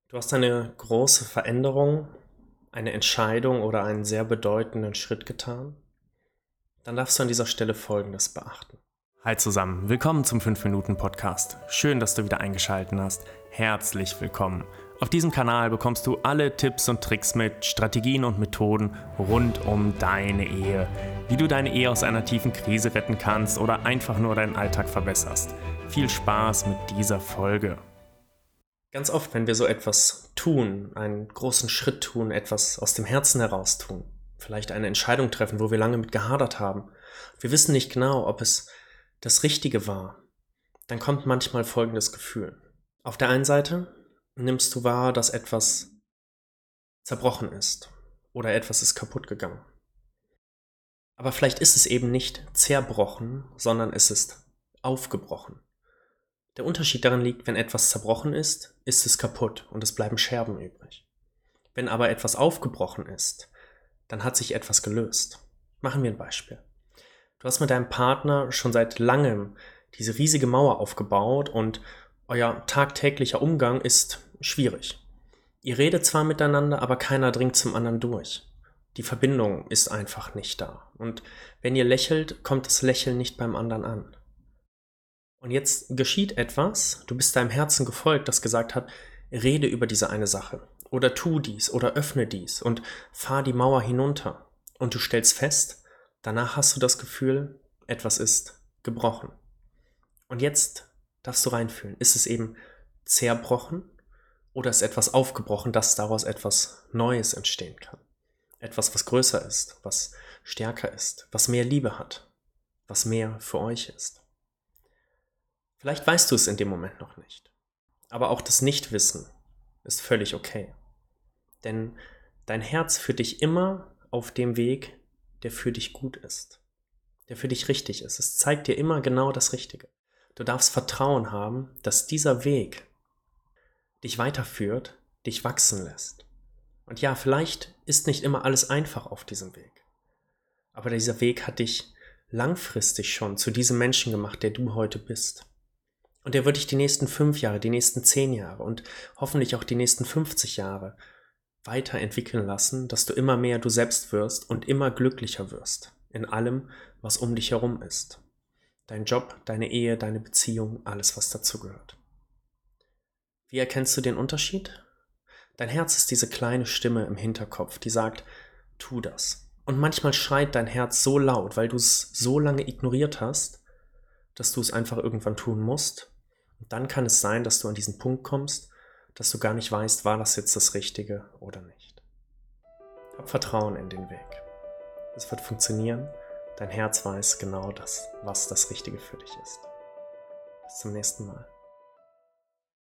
Du hast eine große Veränderung, eine Entscheidung oder einen sehr bedeutenden Schritt getan? Dann darfst du an dieser Stelle Folgendes beachten. Hi zusammen, willkommen zum 5-Minuten-Podcast. Schön, dass du wieder eingeschaltet hast. Herzlich willkommen. Auf diesem Kanal bekommst du alle Tipps und Tricks mit, Strategien und Methoden rund um deine Ehe. Wie du deine Ehe aus einer tiefen Krise retten kannst oder einfach nur deinen Alltag verbesserst. Viel Spaß mit dieser Folge. Ganz oft, wenn wir so etwas tun, einen großen Schritt tun, etwas aus dem Herzen heraus tun, vielleicht eine Entscheidung treffen, wo wir lange mit gehadert haben, wir wissen nicht genau, ob es das Richtige war, dann kommt manchmal folgendes Gefühl. Auf der einen Seite nimmst du wahr, dass etwas zerbrochen ist oder etwas ist kaputt gegangen. Aber vielleicht ist es eben nicht zerbrochen, sondern es ist aufgebrochen. Der Unterschied darin liegt, wenn etwas zerbrochen ist es kaputt und es bleiben Scherben übrig. Wenn aber etwas aufgebrochen ist, dann hat sich etwas gelöst. Machen wir ein Beispiel. Du hast mit deinem Partner schon seit langem diese riesige Mauer aufgebaut und euer tagtäglicher Umgang ist schwierig. Ihr redet zwar miteinander, aber keiner dringt zum anderen durch. Die Verbindung ist einfach nicht da. Und wenn ihr lächelt, kommt das Lächeln nicht beim anderen an. Und jetzt geschieht etwas, du bist deinem Herzen gefolgt, das gesagt hat, rede über diese eine Sache oder tu dies oder öffne dies und fahr die Mauer hinunter. Und du stellst fest, danach hast du das Gefühl, etwas ist gebrochen. Und jetzt darfst du reinfühlen, ist es eben zerbrochen oder ist etwas aufgebrochen, dass daraus etwas Neues entstehen kann? Etwas, was größer ist, was stärker ist, was mehr Liebe hat, was mehr für euch ist. Vielleicht weißt du es in dem Moment noch nicht. Aber auch das Nichtwissen ist völlig okay. Denn dein Herz führt dich immer auf dem Weg, der für dich gut ist. Der für dich richtig ist. Es zeigt dir immer genau das Richtige. Du darfst Vertrauen haben, dass dieser Weg dich weiterführt, dich wachsen lässt. Und ja, vielleicht ist nicht immer alles einfach auf diesem Weg. Aber dieser Weg hat dich langfristig schon zu diesem Menschen gemacht, der du heute bist. Und der wird dich die nächsten 5 Jahre, die nächsten 10 Jahre und hoffentlich auch die nächsten 50 Jahre weiterentwickeln lassen, dass du immer mehr du selbst wirst und immer glücklicher wirst in allem, was um dich herum ist. Dein Job, deine Ehe, deine Beziehung, alles, was dazugehört. Wie erkennst du den Unterschied? Dein Herz ist diese kleine Stimme im Hinterkopf, die sagt, tu das. Und manchmal schreit dein Herz so laut, weil du es so lange ignoriert hast, dass du es einfach irgendwann tun musst. Und dann kann es sein, dass du an diesen Punkt kommst, dass du gar nicht weißt, war das jetzt das Richtige oder nicht. Hab Vertrauen in den Weg. Es wird funktionieren. Dein Herz weiß genau das, was das Richtige für dich ist. Bis zum nächsten Mal.